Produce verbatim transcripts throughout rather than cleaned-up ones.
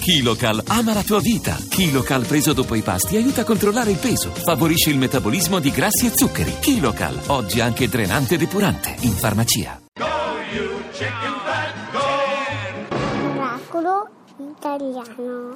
KiloCal ama la tua vita. KiloCal preso dopo i pasti aiuta a controllare il peso, favorisce il metabolismo di grassi e zuccheri. KiloCal, oggi anche drenante e depurante, in farmacia. Go you chicken fat, go! Miracolo italiano.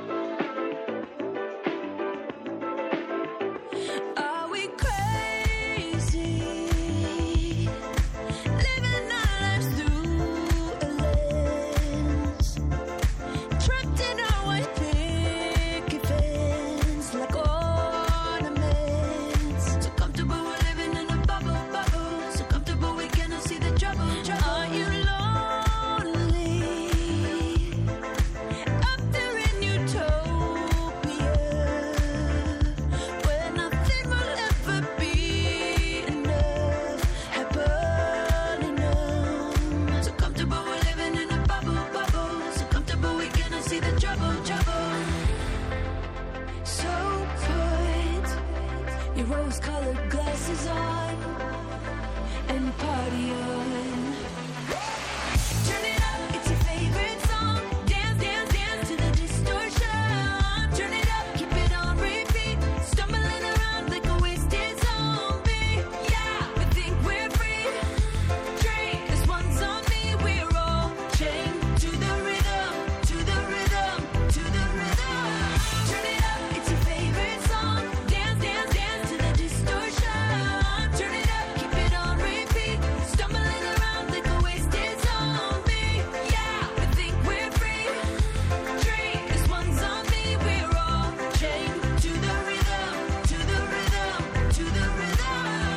Your rose-colored glasses on and party on. Turn it up, it's your favorite song. Dance, dance, dance to the distortion. Turn it up, keep it on repeat. Stumbling around like a wasted zombie. Yeah, we think we're free. Drink, this one's on me. We're all chained to the rhythm, to the rhythm, to the rhythm. Turn it up, it's your favorite song. Dance, dance, dance to the distortion. Turn it up, keep it on repeat. Stumbling around like a wasted zombie. Yeah, we think we're free. Drink, this one's on me. We're all chained to the rhythm, to the rhythm, to the rhythm.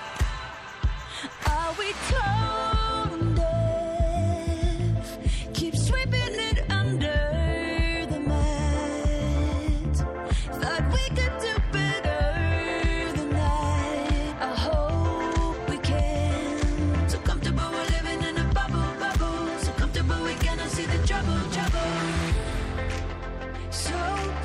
Are we tone deaf? Keep sweeping it under the mat. Thought we could do better than that. I hope we can. So comfortable we're living in a bubble, bubble. So comfortable we cannot see the trouble, trouble. So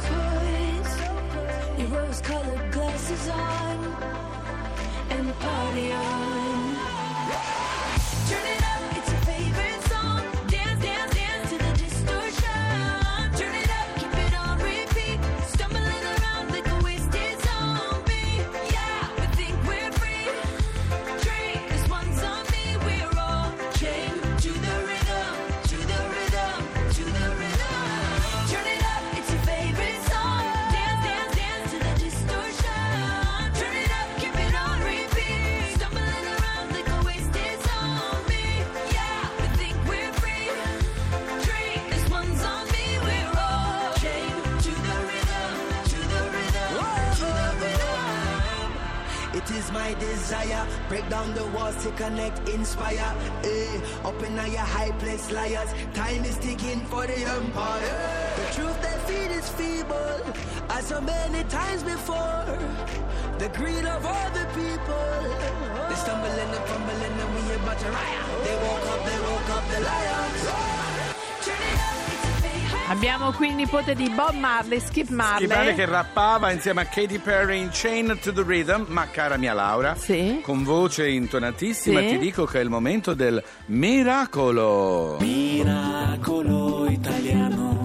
put your rose-colored glasses on and party on. Turn it up, it's your favorite song. Dance, dance, dance to the distortion. Turn it up, keep it on repeat. Stumbling around like a wasted zombie. Yeah, we think we're free. Drink, this one's on me. We're all chained to the rhythm, to the rhythm, to the rhythm. Turn it up, it's your favorite song. Dance, dance, dance to the distortion. Turn it up, keep it on repeat. Stumbling around like a wasted zombie. Yeah, we think we're free. Drink, this one's on me. We're all chained to the rhythm, to the rhythm, to the rhythm. It is my desire, break down the walls to connect, inspire. Eh, up in your high place, liars. Time is ticking for the empire. The truth they feed is feeble, as so many times before. The greed of all the people. They stumble and they fumble and we about to riot. They woke up, they woke up the lions. Turn it up, it's your favorite. Abbiamo qui il nipote di Bob Marley, Skip Marley. Skip Marley che rappava insieme a Katy Perry in Chained to the Rhythm. Ma cara mia Laura, Sì. con voce intonatissima, Sì. ti dico che è il momento del miracolo. Miracolo italiano.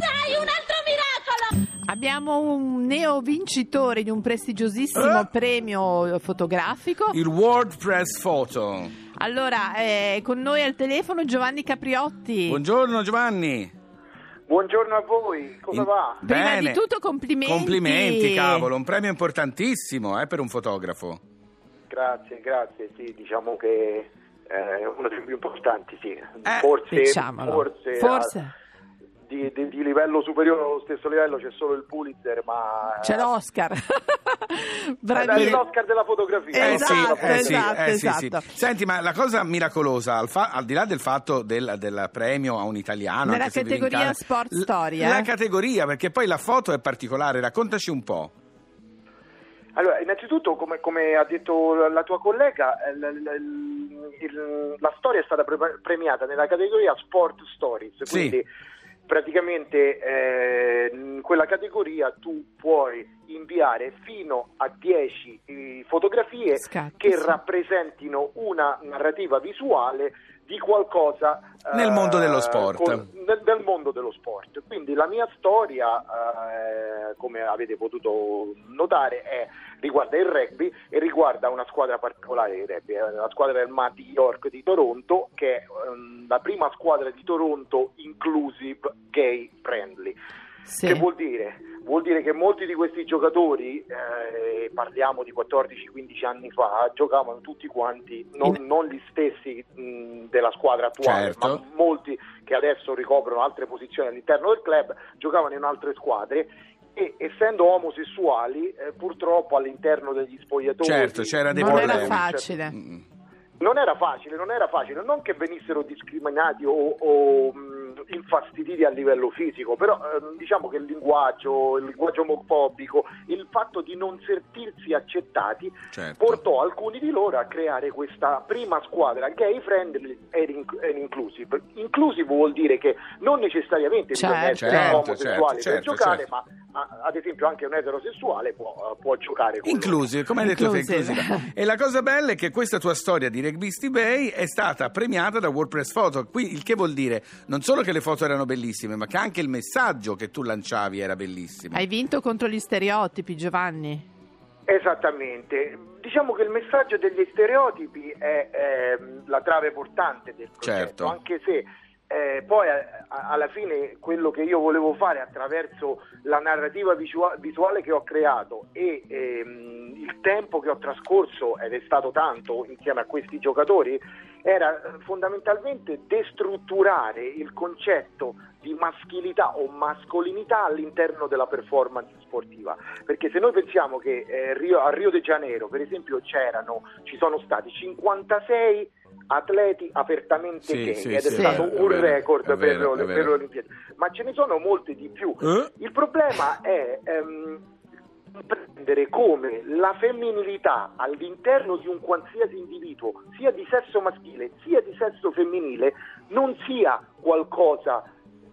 Abbiamo un neo vincitore di un prestigiosissimo Eh? premio fotografico. Il World Press Photo. Allora, eh, con noi al telefono Giovanni Capriotti. Buongiorno Giovanni. Buongiorno a voi, come In- va? Prima Bene. di tutto complimenti. Complimenti, cavolo, un premio importantissimo eh, per un fotografo. Grazie, grazie, sì, diciamo che è uno dei più importanti, sì. Eh, forse, diciamolo. forse, Forse. a- di, di- di livello superiore allo stesso livello c'è solo il Pulitzer, ma C'è l'Oscar. è Bravissimo. l'Oscar della fotografia. Eh Esatto, sì, eh sì, esatto, eh sì, sì. esatto. Senti, ma la cosa miracolosa, al, fa- al di là del fatto del, del premio a un italiano, Nella anche se categoria viene in Sport Canada, Story, la eh? categoria, perché poi la foto è particolare, raccontaci un po'. Allora, innanzitutto, come, come ha detto la, la tua collega, il- il- il- la storia è stata pre- premiata nella categoria Sport Stories, Sì. quindi praticamente eh, in quella categoria tu puoi inviare fino a dieci eh, fotografie Scatti, che sì. rappresentino una narrativa visuale di qualcosa nel mondo dello eh, sport. con, nel, nel mondo dello sport. Quindi la mia storia, eh, come avete potuto notare, è, riguarda il rugby e riguarda una squadra particolare di rugby, la squadra del M A D York di Toronto, che è um, la prima squadra di Toronto inclusive gay friendly. Sì. Che vuol dire? Vuol dire che molti di questi giocatori, eh, parliamo di quattordici quindici anni fa, giocavano tutti quanti, non, In... non gli stessi mh, della squadra attuale, Certo. ma molti che adesso ricoprono altre posizioni all'interno del club, giocavano in altre squadre e essendo omosessuali eh, purtroppo all'interno degli spogliatoi... Certo, c'era dei Non problemi. era facile. Non era facile, non era facile, non che venissero discriminati o, o mh, infastiditi a livello fisico, però eh, diciamo che il linguaggio, il linguaggio omofobico, il fatto di non sentirsi accettati, Certo. portò alcuni di loro a creare questa prima squadra gay friendly and inclusive. Inclusive vuol dire che non necessariamente Certo. bisogna essere Certo, omosessuali certo, per giocare, certo. ma a- ad esempio anche un eterosessuale può, può giocare con Inclusive, come hai detto te, Inclusive. inclusiva. E la cosa bella è che questa tua storia di Rugbisti Bay è stata premiata da WordPress Photo, qui, il che vuol dire non solo che le foto erano bellissime, ma che anche il messaggio che tu lanciavi era bellissimo. Hai vinto contro gli stereotipi, Giovanni. Esattamente, diciamo che il messaggio degli stereotipi è, è la trave portante del progetto, Certo. anche se eh, poi a, a, alla fine quello che io volevo fare attraverso la narrativa visua- visuale che ho creato e ehm, il tempo che ho trascorso, ed è stato tanto insieme a questi giocatori, era eh, fondamentalmente destrutturare il concetto di maschilità o mascolinità all'interno della performance sportiva, perché se noi pensiamo che eh, Rio, a Rio de Janeiro per esempio c'erano, ci sono stati cinquantasei atleti apertamente Sì, gay, sì, ed è sì, stato è vero, un è vero, record è per, vero, le, è per vero. le Olimpiadi, ma ce ne sono molti di più. Eh? Il problema è ehm, prendere come la femminilità all'interno di un qualsiasi individuo, sia di sesso maschile sia di sesso femminile, non sia qualcosa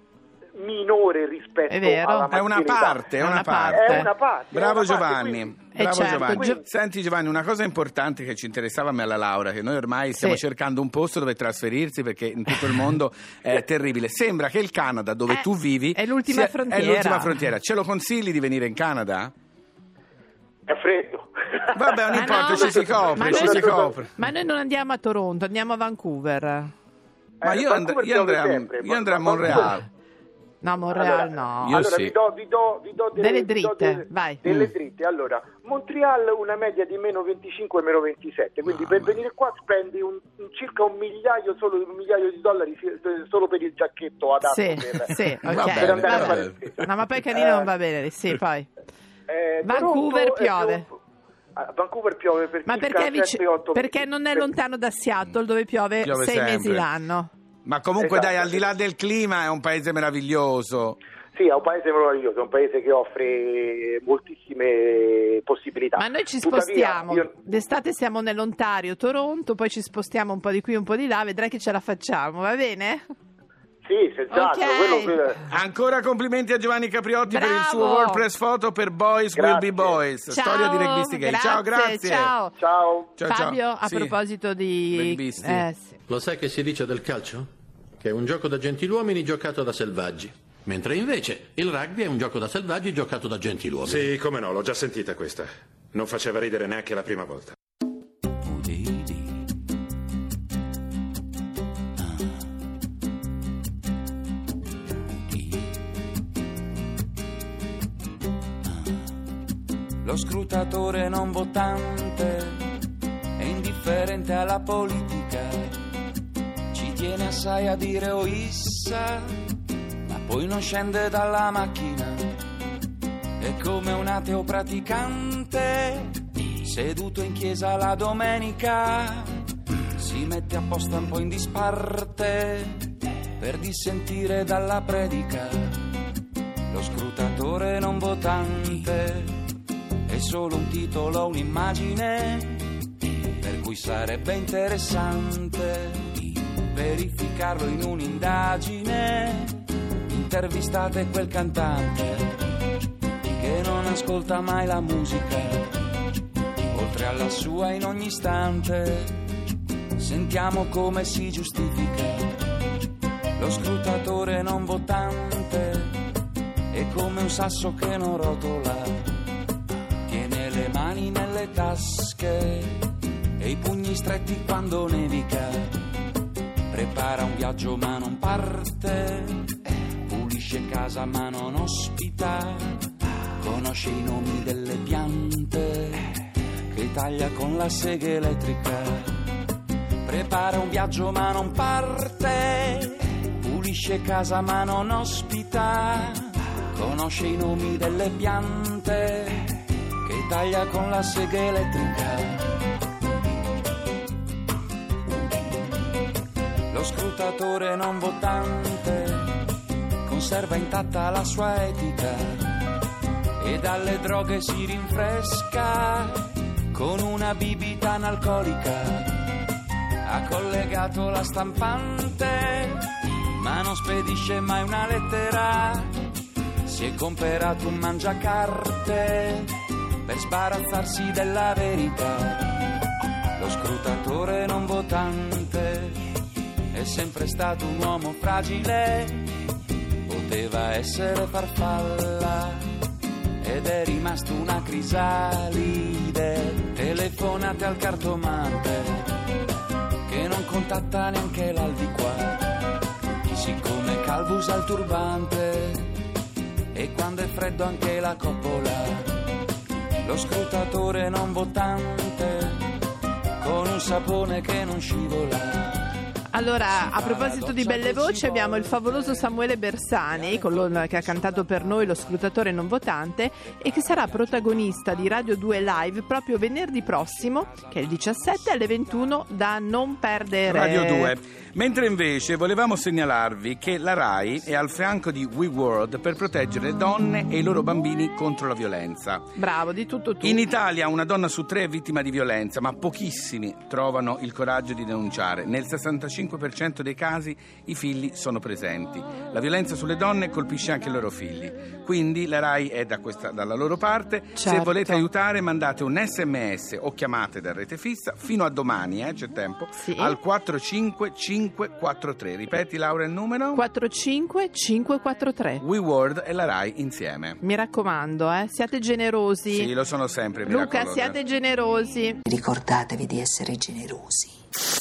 minore rispetto È vero. alla È una maschilinità. parte, è una parte. È una parte. Bravo è una parte, Giovanni. quindi- Bravo certo, Giovanni. Gio- Senti Giovanni, una cosa importante che ci interessava a me alla Laura, che noi ormai stiamo Sì. cercando un posto dove trasferirsi perché in tutto il mondo è terribile. Sembra che il Canada, dove Eh, tu vivi, è l'ultima sia- frontiera. È l'ultima frontiera. Ce lo consigli di venire in Canada? È freddo. Vabbè, non Ma importa, no, ci ma- si copre, ma ci noi- si copre. Ma noi non andiamo a Toronto, andiamo a Vancouver. Ma Eh, io, and- Vancouver io andrei a, piove sempre, io andrei a ma- Montreal. No, Montreal Allora, no. Io allora sì. vi do, vi do, vi do Delle vi do dritte, delle, vai. delle Mm. dritte. Allora, Montreal una media di meno venticinque, meno ventisette, quindi Ah, per ma- venire qua spendi un, un circa un migliaio, solo un migliaio di dollari fi- solo per il giacchetto adatto Sì, per, sì, Va ok. bene, per andare va a fare bene. spesa. No, ma poi Canino Eh, non va bene, sì, poi. eh, Vancouver Toronto è piove. più- a Vancouver piove per Ma circa perché, è vici- sette otto perché mesi. non è lontano da Seattle dove piove, Piove sei sempre. mesi l'anno. Ma comunque Esatto. dai, al di là del clima è un paese meraviglioso. Sì, è un paese meraviglioso, è un paese che offre moltissime possibilità. Ma noi ci Tuttavia, spostiamo, io- d'estate siamo nell'Ontario, Toronto, poi ci spostiamo un po' di qui, un po' di là, vedrai che ce la facciamo, va bene? Sì, senz'altro. Ok. Quello, Ancora complimenti a Giovanni Capriotti per il suo Bravo. WordPress Photo per Boys Grazie. Will Be Boys. Ciao, Storia di Rugbisti Gay. Ciao, grazie. Ciao. Ciao. Ciao, ciao. Fabio, a Sì. proposito di... Rugbisti. Eh, sì. Lo sai che si dice del calcio? Che è un gioco da gentiluomini giocato da selvaggi. Mentre invece il rugby è un gioco da selvaggi giocato da gentiluomini. Sì, come no, l'ho già sentita questa. Non faceva ridere neanche la prima volta. Lo scrutatore non votante è indifferente alla politica, ci tiene assai a dire o issa, ma poi non scende dalla macchina. È come un ateo praticante seduto in chiesa la domenica, si mette a posto un po' in disparte per dissentire dalla predica. Lo scrutatore non votante è solo un titolo, un'immagine, per cui sarebbe interessante verificarlo in un'indagine. Intervistate quel cantante che non ascolta mai la musica, oltre alla sua in ogni istante Sentiamo come si giustifica lo scrutatore non votante, è come un sasso che non rotola, tiene le mani nelle tasche e i pugni stretti quando nevica, prepara un viaggio ma non parte, pulisce casa ma non ospita, conosce i nomi delle piante che taglia con la sega elettrica, prepara un viaggio ma non parte, pulisce casa ma non ospita, conosce i nomi delle piante che taglia con la sega elettrica. Lo scrutatore non votante conserva intatta la sua etica e dalle droghe si rinfresca con una bibita analcolica. Ha collegato la stampante ma non spedisce mai una lettera, si è comperato un mangiacarte per sbarazzarsi della verità. Lo scrutatore non votante è sempre stato un uomo fragile, poteva essere farfalla ed è rimasto una crisalide. Telefonate al cartomante che non contatta neanche l'aldiqua, chi siccome calvo usa il turbante e quando è freddo anche la coppola. Lo scrutatore non votante con un sapone che non scivola. Allora, a proposito di belle voci, abbiamo il favoloso Samuele Bersani, colui che ha cantato per noi Lo scrutatore non votante e che sarà protagonista di Radio due Live proprio venerdì prossimo, che è il diciassette alle ventuno, da non perdere. Radio due. Mentre invece volevamo segnalarvi che la RAI è al fianco di We World per proteggere le donne e i loro bambini contro la violenza. Bravo, di tutto tu. In Italia una donna su tre è vittima di violenza, ma pochissimi trovano il coraggio di denunciare. Nel sessantacinque per cento dei casi i figli sono presenti. La violenza sulle donne colpisce anche i loro figli. Quindi la RAI è da questa, dalla loro parte. Certo. Se volete aiutare, mandate un sms o chiamate da rete fissa fino a domani, eh, c'è tempo, sì, al quattro cinque cinque quattro tre. Ripeti, Laura, il numero? quattro cinque cinque quattro tre. We World e la RAI insieme. Mi raccomando, eh, siate generosi. Sì, lo sono sempre. Luca, miracoloso. siate generosi. Ricordatevi di essere generosi.